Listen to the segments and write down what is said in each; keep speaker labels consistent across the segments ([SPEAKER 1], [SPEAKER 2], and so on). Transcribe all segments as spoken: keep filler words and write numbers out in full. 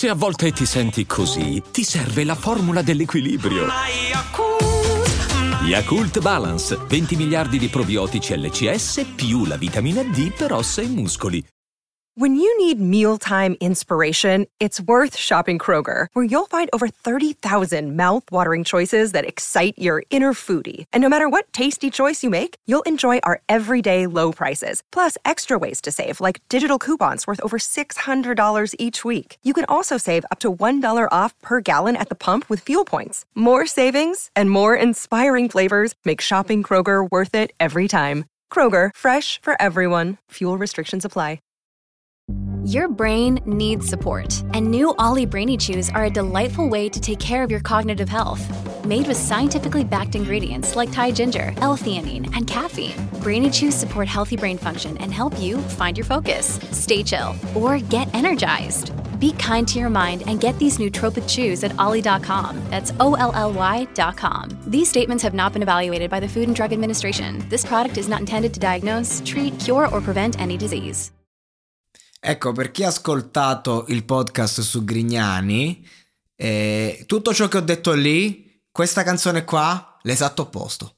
[SPEAKER 1] Se a volte ti senti così, ti serve la formula dell'equilibrio. Yakult Balance, venti miliardi di probiotici L C S più la vitamina D per ossa e muscoli.
[SPEAKER 2] When you need mealtime inspiration, it's worth shopping Kroger, where you'll find over thirty thousand mouth-watering choices that excite your inner foodie. And no matter what tasty choice you make, you'll enjoy our everyday low prices, plus extra ways to save, like digital coupons worth over six hundred dollars each week. You can also save up to one dollar off per gallon at the pump with fuel points. More savings and more inspiring flavors make shopping Kroger worth it every time. Kroger, fresh for everyone. Fuel restrictions apply.
[SPEAKER 3] Your brain needs support, and new Ollie Brainy Chews are a delightful way to take care of your cognitive health. Made with scientifically backed ingredients like Thai ginger, L-theanine, and caffeine, Brainy Chews support healthy brain function and help you find your focus, stay chill, or get energized. Be kind to your mind and get these nootropic chews at ollie dot com. That's O L L Y dot com. These statements have not been evaluated by the Food and Drug Administration. This product is not intended to diagnose, treat, cure, or prevent any disease.
[SPEAKER 4] Ecco, per chi ha ascoltato il podcast su Grignani, eh, tutto ciò che ho detto lì, questa canzone qua, l'esatto opposto.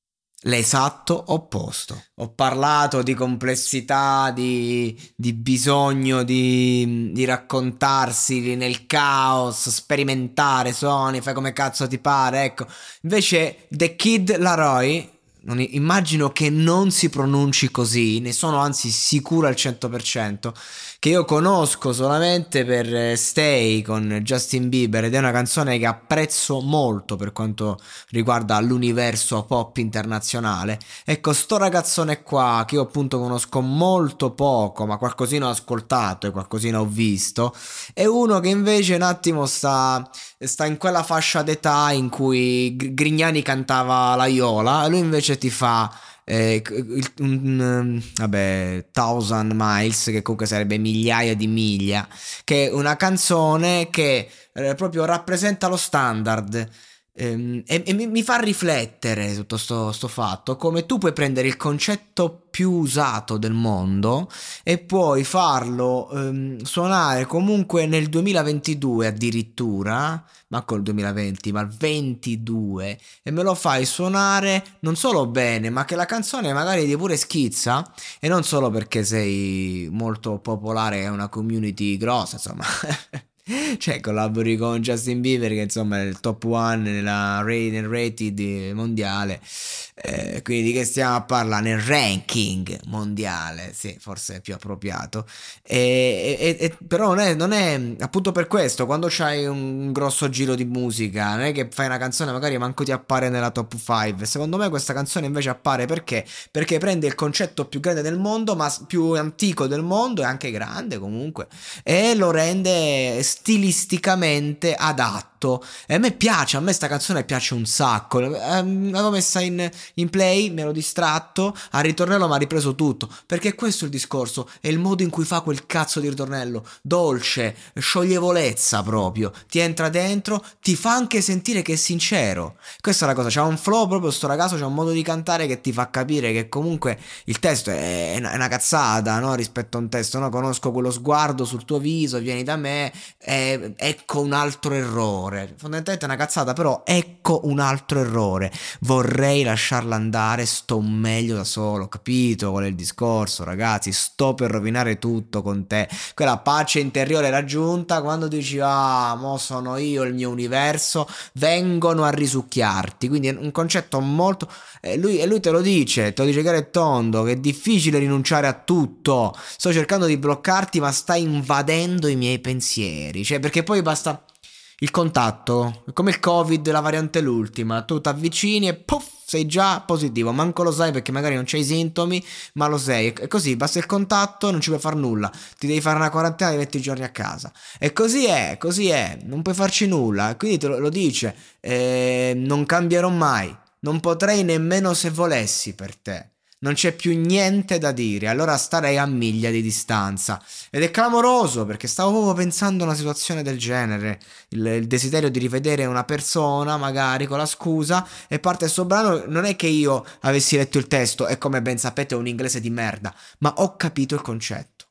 [SPEAKER 4] L'esatto opposto. Ho parlato di complessità, di, di bisogno di, di raccontarsi nel caos, sperimentare suoni, fai come cazzo ti pare, ecco. Invece The Kid Laroi, non, immagino che non si pronunci così, ne sono anzi sicuro al cento per cento, che io conosco solamente per Stay con Justin Bieber, ed è una canzone che apprezzo molto per quanto riguarda l'universo pop internazionale. Ecco, sto ragazzone qua che io appunto conosco molto poco, ma qualcosina ho ascoltato e qualcosina ho visto, è uno che invece un attimo sta, sta in quella fascia d'età in cui Grignani cantava la Iola e lui invece ti fa eh, il, un, vabbè, Thousand Miles, che comunque sarebbe migliaia di miglia, che è una canzone che eh, proprio rappresenta lo standard. E, e mi fa riflettere tutto sto, sto fatto, come tu puoi prendere il concetto più usato del mondo e puoi farlo um, suonare comunque nel duemilaventidue addirittura, ma col duemilaventi, ma il ventidue, e me lo fai suonare non solo bene, ma che la canzone magari ti pure schizza, e non solo perché sei molto popolare e una community grossa, insomma. Cioè collabori con Justin Bieber, che insomma è il top one nella rate, nel rated mondiale, eh, quindi di che stiamo a parlare? Nel ranking mondiale, sì, forse è più appropriato, e, e, e, però non è, non è appunto per questo, quando c'hai un grosso giro di musica non è che fai una canzone magari manco ti appare nella top cinque. Secondo me questa canzone invece appare perché perché prende il concetto più grande del mondo, ma più antico del mondo e anche grande comunque, e lo rende stilisticamente adatto. E a me piace, a me sta canzone piace un sacco. L'avevo messa in, in play, mi ero distratto, al ritornello mi ha ripreso tutto, perché questo è il discorso, è il modo in cui fa quel cazzo di ritornello, dolce, scioglievolezza proprio, ti entra dentro, ti fa anche sentire che è sincero. Questa è la cosa, c'ha un flow proprio sto ragazzo, c'ha un modo di cantare che ti fa capire che comunque il testo è una, è una cazzata, no? Rispetto a un testo, no? Conosco quello sguardo sul tuo viso, vieni da me, eh, ecco un altro errore. Fondamentalmente è una cazzata, però ecco un altro errore. Vorrei lasciarla andare, sto meglio da solo. Capito qual è il discorso, ragazzi? Sto per rovinare tutto con te. Quella pace interiore raggiunta quando dici ah, mo sono io, il mio universo, vengono a risucchiarti. Quindi è un concetto molto... E lui, e lui te lo dice, te lo dice chiaro e tondo, che è difficile rinunciare a tutto. Sto cercando di bloccarti, ma stai invadendo i miei pensieri. Cioè, perché poi basta... il contatto, è come il Covid, la variante l'ultima, tu ti avvicini e puff, sei già positivo, manco lo sai perché magari non c'hai i sintomi, ma lo sei, e così basta il contatto, non ci puoi far nulla, ti devi fare una quarantena di venti giorni a casa, e così è, così è, non puoi farci nulla, quindi te lo, lo dice, eh, non cambierò mai, non potrei nemmeno se volessi per te. Non c'è più niente da dire, allora starei a miglia di distanza. Ed è clamoroso, perché stavo proprio pensando a una situazione del genere, il, il desiderio di rivedere una persona magari con la scusa, e parte sto brano. Non è che io avessi letto il testo e come ben sapete è un inglese di merda, ma ho capito il concetto.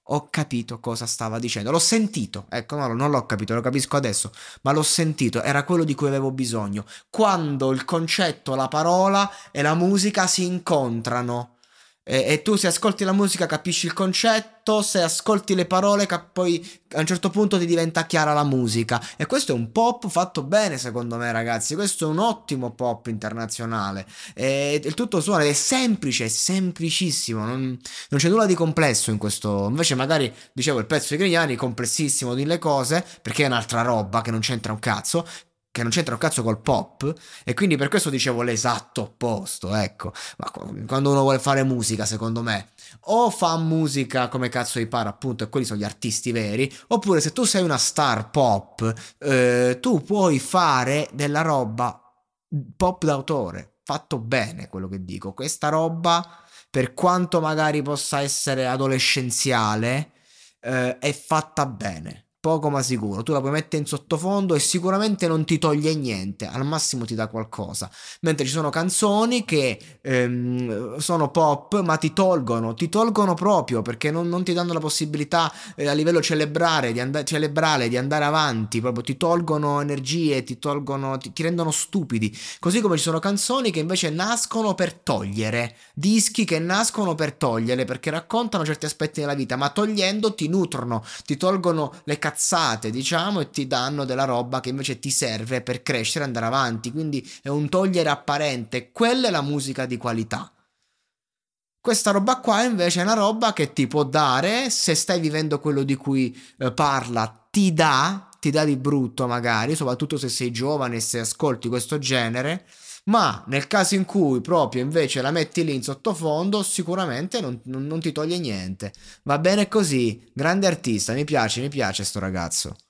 [SPEAKER 4] ho capito cosa stava dicendo, l'ho sentito, ecco, no, non l'ho capito, lo capisco adesso, ma l'ho sentito, era quello di cui avevo bisogno, quando il concetto, la parola e la musica si incontrano. E, e tu se ascolti la musica capisci il concetto, se ascolti le parole cap- poi a un certo punto ti diventa chiara la musica. E questo è un pop fatto bene secondo me, ragazzi, questo è un ottimo pop internazionale. E il tutto suona ed è semplice, è semplicissimo, non, non c'è nulla di complesso in questo. Invece magari, dicevo, il pezzo di Grignani è complessissimo nelle cose, perché è un'altra roba che non c'entra un cazzo, che non c'entra un cazzo col pop, e quindi per questo dicevo l'esatto opposto, ecco. Ma quando uno vuole fare musica, secondo me, o fa musica come cazzo gli pare, appunto, e quelli sono gli artisti veri, oppure se tu sei una star pop, eh, tu puoi fare della roba pop d'autore, fatto bene, quello che dico. Questa roba, per quanto magari possa essere adolescenziale, eh, è fatta bene. Poco ma sicuro, tu la puoi mettere in sottofondo e sicuramente non ti toglie niente, al massimo ti dà qualcosa, mentre ci sono canzoni che ehm, sono pop ma ti tolgono, ti tolgono proprio perché non, non ti danno la possibilità eh, a livello cerebrale di, and- cerebrale di andare avanti, proprio ti tolgono energie, ti tolgono, ti, ti rendono stupidi, così come ci sono canzoni che invece nascono per togliere, dischi che nascono per togliere perché raccontano certi aspetti della vita, ma togliendo ti nutrono, ti tolgono le cazzate, diciamo, e ti danno della roba che invece ti serve per crescere e andare avanti, quindi è un togliere apparente, quella è la musica di qualità. Questa roba qua invece è una roba che ti può dare, se stai vivendo quello di cui eh, parla, ti dà, ti dà di brutto magari, soprattutto se sei giovane e se ascolti questo genere, ma nel caso in cui proprio invece la metti lì in sottofondo, sicuramente non, non, non ti toglie niente. Va bene così, grande artista, mi piace, mi piace sto ragazzo.